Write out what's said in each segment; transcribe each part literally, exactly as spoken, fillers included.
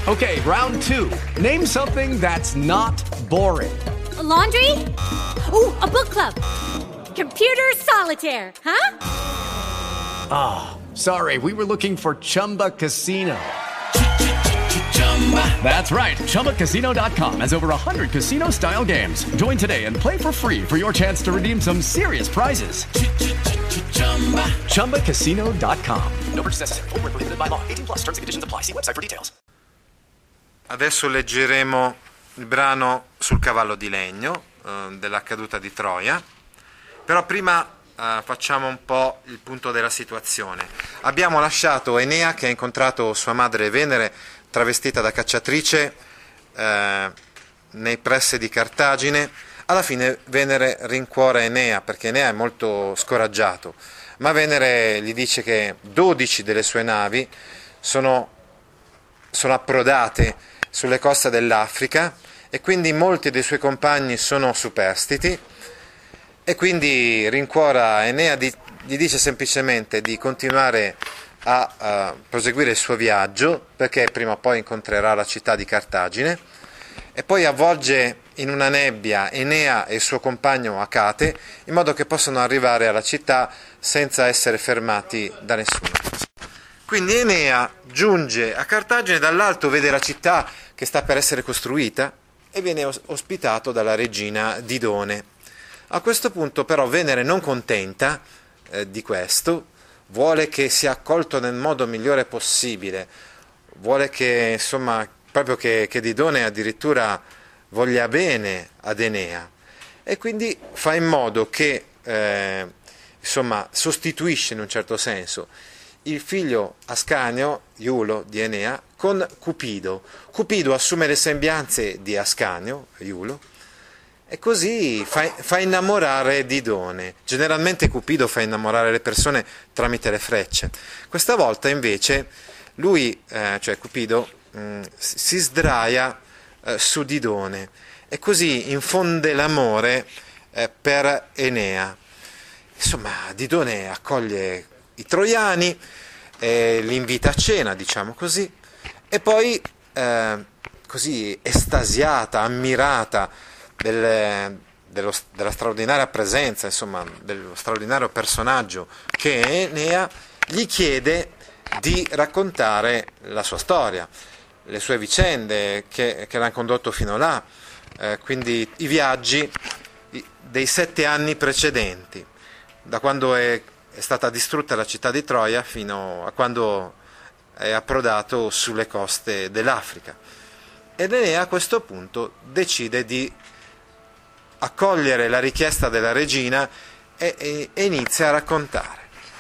Okay, round two. Name something that's not boring. A laundry? Ooh, a book club. Computer solitaire, huh? Ah, oh, sorry, we were looking for Chumba Casino. That's right, Chumba Casino dot com has over one hundred casino-style games. Join today and play for free for your chance to redeem some serious prizes. Chumba Casino dot com. No purchase necessary. Void where prohibited by law. eighteen plus terms and conditions apply. See website for details. Adesso leggeremo il brano Sul cavallo di legno eh, della caduta di Troia, però prima eh, facciamo un po' il punto della situazione. Abbiamo lasciato Enea che ha incontrato sua madre Venere travestita da cacciatrice eh, nei pressi di Cartagine. Alla fine Venere rincuora Enea perché Enea è molto scoraggiato, ma Venere gli dice che dodici delle sue navi sono, sono approdate sulle coste dell'Africa e quindi molti dei suoi compagni sono superstiti, e quindi rincuora Enea, di, gli dice semplicemente di continuare a, a proseguire il suo viaggio perché prima o poi incontrerà la città di Cartagine, e poi avvolge in una nebbia Enea e il suo compagno Acate in modo che possano arrivare alla città senza essere fermati da nessuno. Quindi Enea giunge a Cartagine, dall'alto vede la città che sta per essere costruita e viene ospitato dalla regina Didone. A questo punto però Venere, non contenta eh, di questo, vuole che sia accolto nel modo migliore possibile, vuole che insomma proprio che, che Didone addirittura voglia bene ad Enea, e quindi fa in modo che eh, insomma sostituisce in un certo senso il figlio Ascanio, Iulo, di Enea, con Cupido. Cupido assume le sembianze di Ascanio, Iulo, e così fa, fa innamorare Didone. Generalmente Cupido fa innamorare le persone tramite le frecce. Questa volta invece lui, eh, cioè Cupido, mh, si sdraia eh, su Didone e così infonde l'amore eh, per Enea. Insomma, Didone accoglie i troiani, eh, li invita a cena, diciamo così, e poi eh, così estasiata, ammirata del, dello, della straordinaria presenza, insomma, dello straordinario personaggio che è Enea, gli chiede di raccontare la sua storia, le sue vicende che, che l'hanno condotto fino là, eh, quindi i viaggi dei sette anni precedenti, da quando è, è stata distrutta la città di Troia fino a quando è approdato sulle coste dell'Africa. Ed Enea a questo punto decide di accogliere la richiesta della regina e, e, e inizia a raccontare.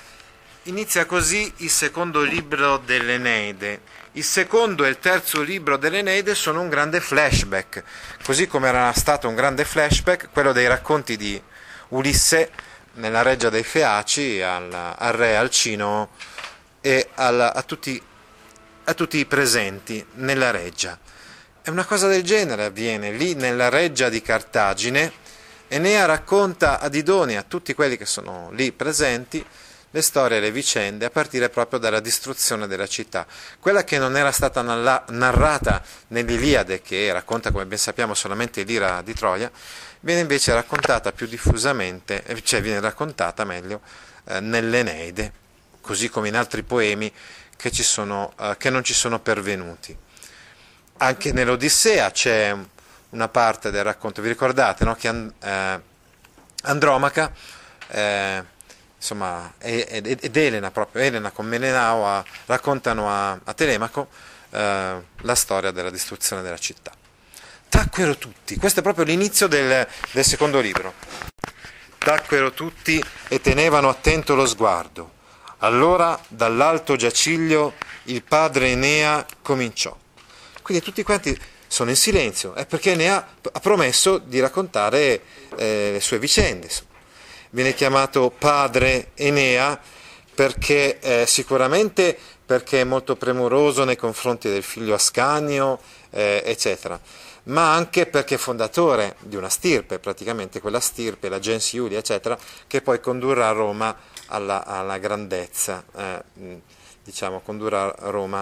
Inizia così il secondo libro dell'Eneide. Il secondo e il terzo libro dell'Eneide sono un grande flashback, così come era stato un grande flashback quello dei racconti di Ulisse nella reggia dei Feaci al, al re Alcino e al, a, tutti, a tutti i presenti nella reggia. E una cosa del genere avviene lì nella reggia di Cartagine. Enea racconta a Didone e a tutti quelli che sono lì presenti le storie e le vicende a partire proprio dalla distruzione della città. Quella che non era stata narrata nell'Iliade, che racconta, come ben sappiamo, solamente l'ira di Troia, viene invece raccontata più diffusamente, cioè viene raccontata meglio eh, nell'Eneide, così come in altri poemi che, ci sono, eh, che non ci sono pervenuti. Anche nell'Odissea c'è una parte del racconto, vi ricordate, no? Che eh, Andromaca eh, insomma, ed Elena, proprio Elena con Melenao a, raccontano a, a Telemaco eh, la storia della distruzione della città. Tacquero tutti, questo è proprio l'inizio del, del secondo libro. Tacquero tutti e tenevano attento lo sguardo. Allora dall'alto giaciglio il padre Enea cominciò. Quindi tutti quanti sono in silenzio, è perché Enea ha promesso di raccontare eh, le sue vicende. Viene chiamato padre Enea perché eh, sicuramente perché è molto premuroso nei confronti del figlio Ascanio, eh, eccetera, ma anche perché è fondatore di una stirpe, praticamente quella stirpe, la gens Iulia, eccetera, che poi condurrà Roma alla, alla grandezza, eh, diciamo, condurrà Roma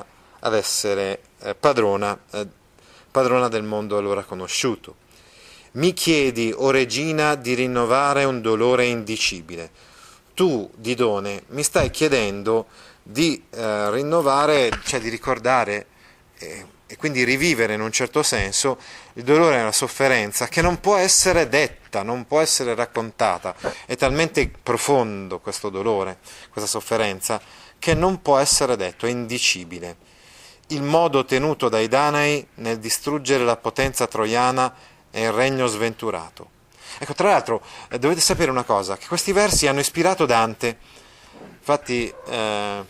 ad essere eh, padrona, eh, padrona del mondo allora conosciuto. Mi chiedi, o regina, di rinnovare un dolore indicibile. Tu, Didone, mi stai chiedendo di eh, rinnovare, cioè di ricordare eh, e quindi rivivere in un certo senso il dolore e la sofferenza che non può essere detta, non può essere raccontata. È talmente profondo questo dolore, questa sofferenza, che non può essere detto, è indicibile. Il modo tenuto dai Danai nel distruggere la potenza troiana e il regno sventurato. Ecco, tra l'altro, eh, dovete sapere una cosa, che questi versi hanno ispirato Dante. Infatti eh,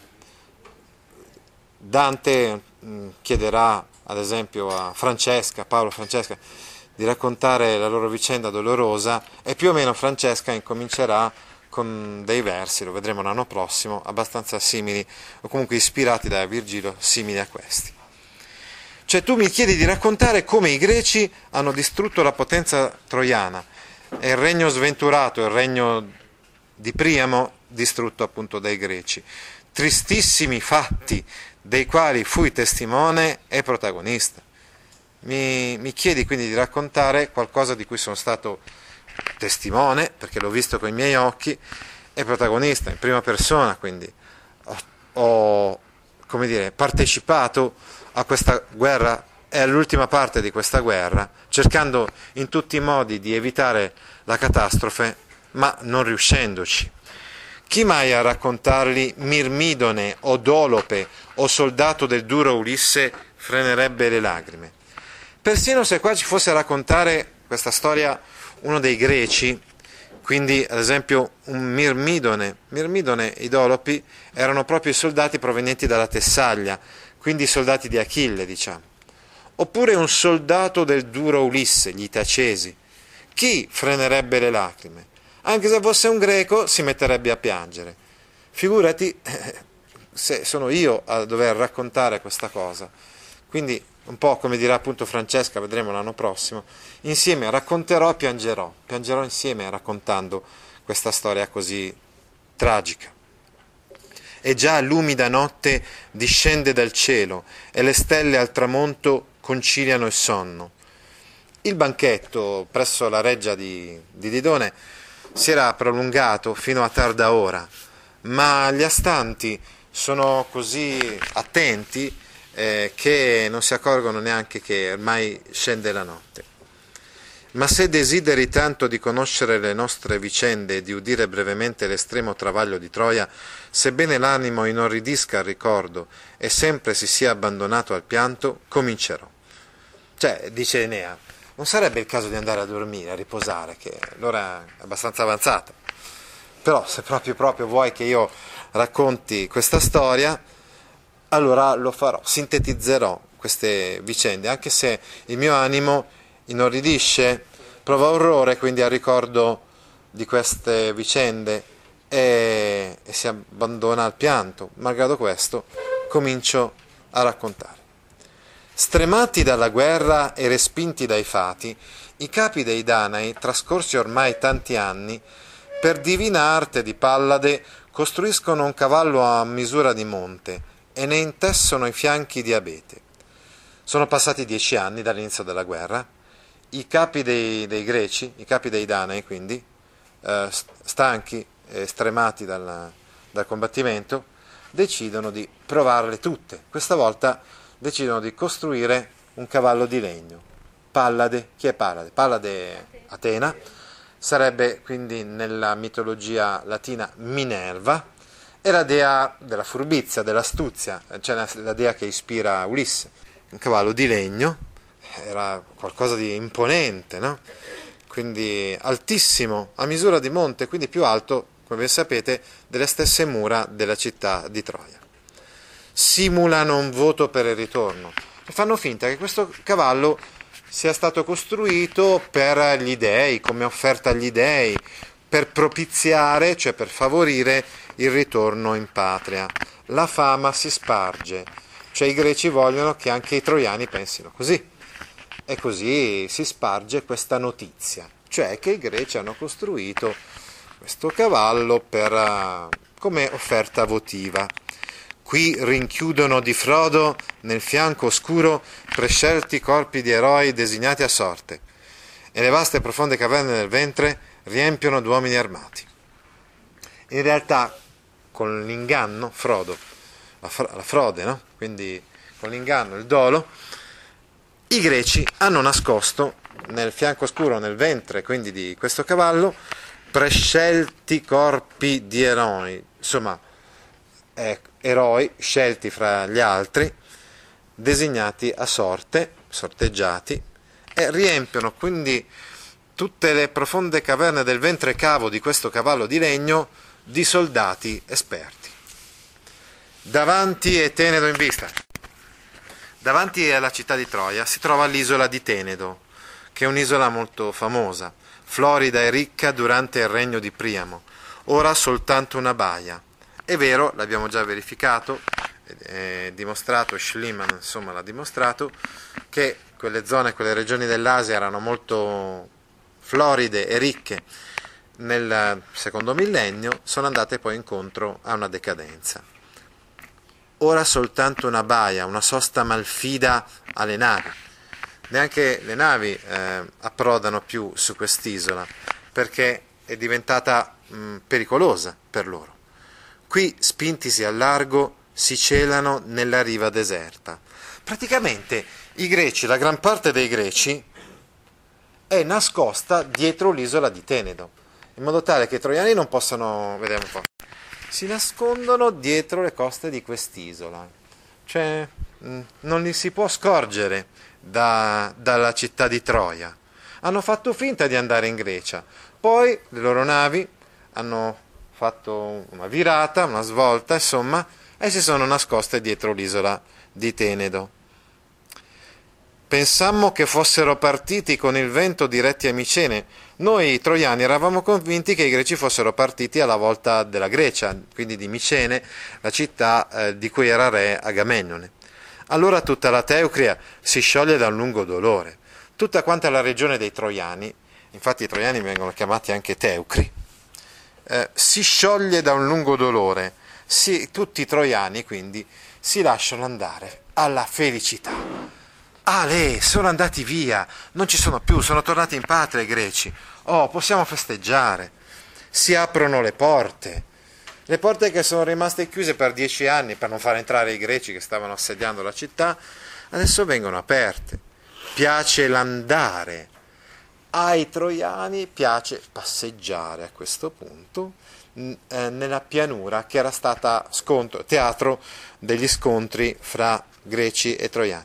Dante mh, chiederà ad esempio a Francesca, Paolo e Francesca, di raccontare la loro vicenda dolorosa, e più o meno Francesca incomincerà con dei versi, lo vedremo l'anno prossimo, abbastanza simili, o comunque ispirati da Virgilio, simili a questi. Cioè tu mi chiedi di raccontare come i greci hanno distrutto la potenza troiana e il regno sventurato, il regno di Priamo, distrutto appunto dai greci. Tristissimi fatti dei quali fui testimone e protagonista. Mi, mi chiedi quindi di raccontare qualcosa di cui sono stato testimone, perché l'ho visto con i miei occhi, e protagonista in prima persona, quindi ho, ho come dire, partecipato a questa guerra e all'ultima parte di questa guerra, cercando in tutti i modi di evitare la catastrofe, ma non riuscendoci. Chi mai a raccontarli Mirmidone o Dolope o soldato del duro Ulisse frenerebbe le lagrime? Persino se qua ci fosse a raccontare questa storia uno dei greci, quindi ad esempio un Mirmidone, Mirmidone e i Dolopi erano proprio i soldati provenienti dalla Tessaglia, quindi i soldati di Achille, diciamo. Oppure un soldato del duro Ulisse, gli Itacesi. Chi frenerebbe le lacrime? Anche se fosse un greco si metterebbe a piangere. Figurati se sono io a dover raccontare questa cosa. Quindi un po' come dirà appunto Francesca, vedremo l'anno prossimo, insieme racconterò e piangerò, piangerò insieme raccontando questa storia così tragica. E già l'umida notte discende dal cielo e le stelle al tramonto conciliano il sonno. Il banchetto presso la reggia di, di Didone si era prolungato fino a tarda ora, ma gli astanti sono così attenti eh, che non si accorgono neanche che ormai scende la notte. Ma se desideri tanto di conoscere le nostre vicende e di udire brevemente l'estremo travaglio di Troia, sebbene l'animo inorridisca al ricordo e sempre si sia abbandonato al pianto, comincerò. Cioè, dice Enea, non sarebbe il caso di andare a dormire, a riposare, che l'ora è abbastanza avanzata. Però se proprio proprio vuoi che io racconti questa storia, allora lo farò, sintetizzerò queste vicende, anche se il mio animo inorridisce, prova orrore quindi al ricordo di queste vicende e, e si abbandona al pianto. Malgrado questo, comincio a raccontare. Stremati dalla guerra e respinti dai fati, i capi dei Danai, trascorsi ormai tanti anni, per divina arte di Pallade costruiscono un cavallo a misura di monte e ne intessono i fianchi di abete. Sono passati dieci anni dall'inizio della guerra. I capi dei, dei greci, i capi dei Danai, quindi, eh, stanchi e stremati dal, dal combattimento, decidono di provarle tutte. Questa volta decidono di costruire un cavallo di legno. Pallade, chi è Pallade? Pallade Atena, sarebbe quindi nella mitologia latina Minerva, è la dea della furbizia, dell'astuzia, cioè la dea che ispira Ulisse. Un cavallo di legno, era qualcosa di imponente, no? Quindi altissimo, a misura di monte, quindi più alto, come ben sapete, delle stesse mura della città di Troia. Simulano un voto per il ritorno e fanno finta che questo cavallo sia stato costruito per gli dei, come offerta agli dei, per propiziare, cioè per favorire il ritorno in patria. La fama si sparge, cioè i greci vogliono che anche i troiani pensino così. E così si sparge questa notizia, cioè che i greci hanno costruito questo cavallo per, uh, come offerta votiva. Qui rinchiudono di Frodo nel fianco oscuro prescelti corpi di eroi designati a sorte, e le vaste e profonde caverne del ventre riempiono d'uomini armati. In realtà, con l'inganno, Frodo, la, fro- la frode, no? Quindi con l'inganno, il dolo, i greci hanno nascosto nel fianco oscuro, nel ventre quindi di questo cavallo, prescelti corpi di eroi, insomma, eh, eroi scelti fra gli altri, designati a sorte, sorteggiati, e riempiono quindi tutte le profonde caverne del ventre cavo di questo cavallo di legno di soldati esperti. Davanti e Tenedo in vista. Davanti alla città di Troia si trova l'isola di Tenedo, che è un'isola molto famosa, florida e ricca durante il regno di Priamo, ora soltanto una baia. È vero, l'abbiamo già verificato, è dimostrato, Schliemann insomma l'ha dimostrato, che quelle zone, quelle regioni dell'Asia erano molto floride e ricche nel secondo millennio, sono andate poi incontro a una decadenza. Ora soltanto una baia, una sosta malfida alle navi. Neanche le navi eh, approdano più su quest'isola, perché è diventata mh, pericolosa per loro. Qui, spintisi al largo, si celano nella riva deserta. Praticamente i greci, la gran parte dei greci, è nascosta dietro l'isola di Tenedo, in modo tale che i troiani non possano, vediamo un po', si nascondono dietro le coste di quest'isola, cioè mh, non li si può scorgere da, dalla città di Troia. Hanno fatto finta di andare in Grecia, poi le loro navi hanno fatto una virata, una svolta, insomma, e si sono nascoste dietro l'isola di Tenedo. Pensammo che fossero partiti con il vento diretti a Micene. Noi troiani eravamo convinti che i greci fossero partiti alla volta della Grecia, quindi di Micene, la città eh, di cui era re Agamennone. Allora tutta la Teucria si scioglie da un lungo dolore. Tutta quanta la regione dei troiani, infatti i troiani vengono chiamati anche Teucri, eh, si scioglie da un lungo dolore. Si, tutti i troiani quindi si lasciano andare alla felicità. Ah, lei, sono andati via, non ci sono più, sono tornati in patria i greci. Oh, possiamo festeggiare. Si aprono le porte. Le porte che sono rimaste chiuse per dieci anni per non far entrare i greci che stavano assediando la città, adesso vengono aperte. Piace l'andare. Ai troiani piace passeggiare a questo punto eh, nella pianura che era stata scontro, teatro degli scontri fra greci e troiani.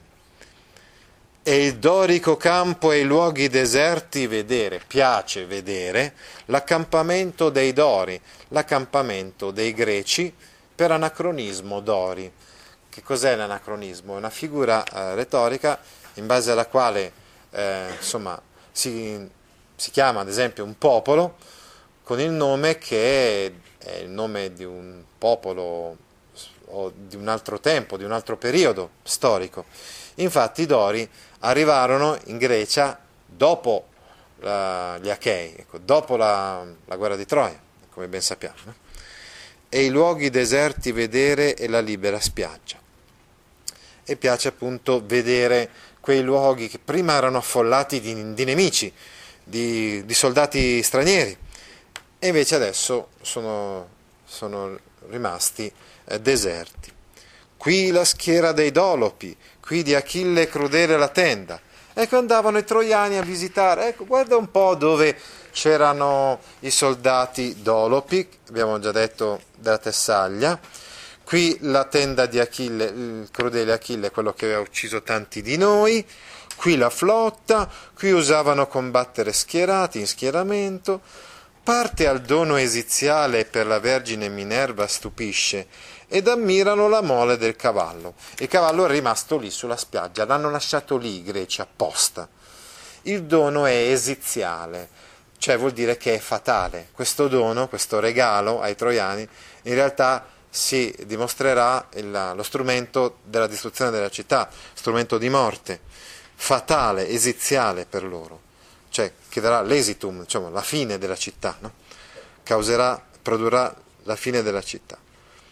E il dorico campo e i luoghi deserti vedere, piace vedere l'accampamento dei Dori, l'accampamento dei Greci per anacronismo Dori. Che cos'è l'anacronismo? È una figura eh, retorica in base alla quale eh, insomma, si, si chiama ad esempio un popolo con il nome che è, è il nome di un popolo o di un altro tempo, di un altro periodo storico. Infatti i Dori arrivarono in Grecia dopo la, gli Achei, ecco, dopo la, la guerra di Troia, come ben sappiamo, no? E i luoghi deserti vedere e la libera spiaggia. E piace appunto vedere quei luoghi che prima erano affollati di, di nemici, di, di soldati stranieri, e invece adesso sono, sono rimasti eh, deserti. Qui la schiera dei Dolopi, qui di Achille crudele la tenda. Ecco, andavano i troiani a visitare, ecco, guarda un po' dove c'erano i soldati Dolopi, abbiamo già detto della Tessaglia, qui la tenda di Achille, il crudele Achille, quello che aveva ucciso tanti di noi, qui la flotta, qui usavano combattere schierati, in schieramento, parte al dono esiziale per la Vergine Minerva stupisce, ed ammirano la mole del cavallo. Il cavallo è rimasto lì sulla spiaggia, l'hanno lasciato lì i greci apposta. Il dono è esiziale, cioè vuol dire che è fatale. Questo dono, questo regalo ai troiani, in realtà si dimostrerà il, lo strumento della distruzione della città, strumento di morte, fatale, esiziale per loro, cioè che darà l'esitum, diciamo, la fine della città, no? Causerà, produrrà la fine della città.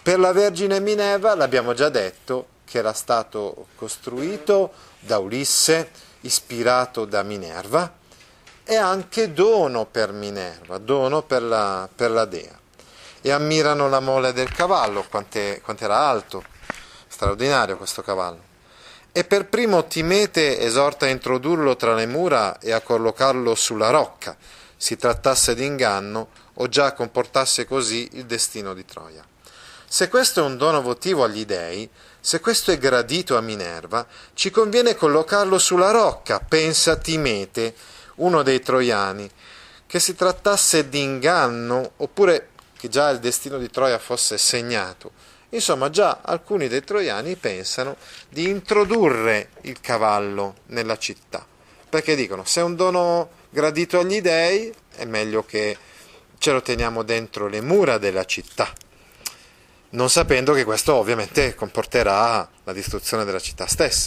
Per la Vergine Minerva l'abbiamo già detto che era stato costruito da Ulisse, ispirato da Minerva, e anche dono per Minerva, dono per la, per la dea. E ammirano la mole del cavallo, quante, quant'era alto, straordinario questo cavallo. E per primo Timete esorta a introdurlo tra le mura e a collocarlo sulla rocca, si trattasse di inganno o già comportasse così il destino di Troia. Se questo è un dono votivo agli dei, se questo è gradito a Minerva, ci conviene collocarlo sulla rocca, pensa Timete, uno dei troiani, che si trattasse di inganno oppure che già il destino di Troia fosse segnato. Insomma, già alcuni dei troiani pensano di introdurre il cavallo nella città, perché dicono, se è un dono gradito agli dei, è meglio che ce lo teniamo dentro le mura della città, non sapendo che questo ovviamente comporterà la distruzione della città stessa.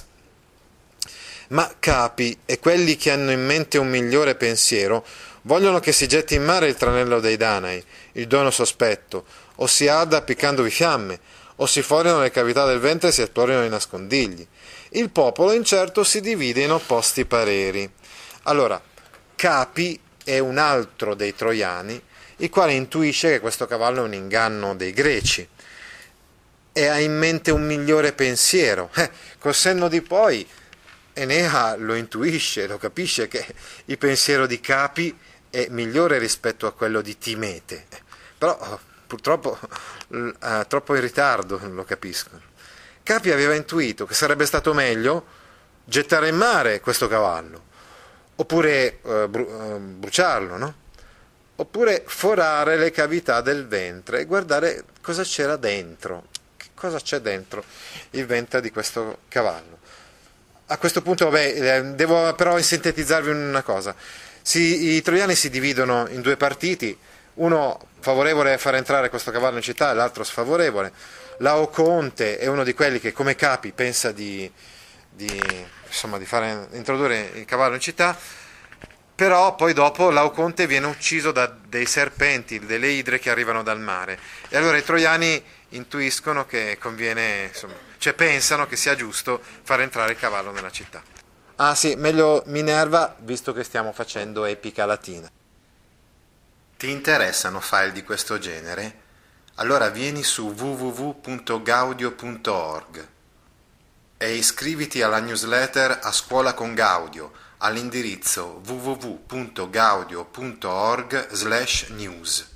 Ma capi e quelli che hanno in mente un migliore pensiero vogliono che si getti in mare il tranello dei Danai, il dono sospetto, o si arda appiccandovi fiamme, o si forino le cavità del ventre e si esplorino i nascondigli. Il popolo incerto si divide in opposti pareri. Allora, Capi è un altro dei troiani, il quale intuisce che questo cavallo è un inganno dei greci e ha in mente un migliore pensiero. Eh, col senno di poi Enea lo intuisce, lo capisce che il pensiero di Capi è migliore rispetto a quello di Timete, però purtroppo eh, troppo in ritardo lo capiscono. Capi aveva intuito che sarebbe stato meglio gettare in mare questo cavallo, oppure eh, bru- eh, bruciarlo, no? Oppure forare le cavità del ventre e guardare cosa c'era dentro, che cosa c'è dentro il ventre di questo cavallo. A questo punto, vabbè, devo però sintetizzarvi una cosa. Si, i troiani si dividono in due partiti, uno favorevole a far entrare questo cavallo in città e l'altro sfavorevole. Laocoonte è uno di quelli che, come Capi, pensa di, di, insomma, di fare introdurre il cavallo in città, però poi dopo Laocoonte viene ucciso da dei serpenti, delle idre che arrivano dal mare, e allora i troiani intuiscono che conviene, insomma, cioè pensano che sia giusto far entrare il cavallo nella città. Ah sì, meglio Minerva, visto che stiamo facendo epica latina. Ti interessano file di questo genere? Allora vieni su w w w punto gaudio punto org e iscriviti alla newsletter A Scuola con Gaudio all'indirizzo w w w punto gaudio punto org slash news.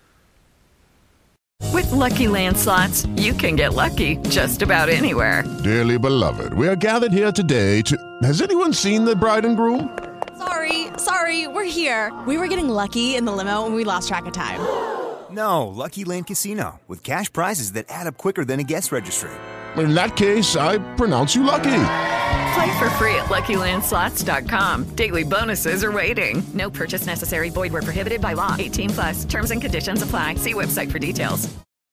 With Lucky Land Slots, you can get lucky just about anywhere. Dearly beloved, we are gathered here today to... Has anyone seen the bride and groom? Sorry, sorry, we're here. We were getting lucky in the limo and we lost track of time. No, Lucky Land Casino, with cash prizes that add up quicker than a guest registry. In that case, I pronounce you lucky. Play for free at lucky land slots dot com. Daily bonuses are waiting. No purchase necessary. Void where prohibited by law. eighteen plus. Terms and conditions apply. See website for details.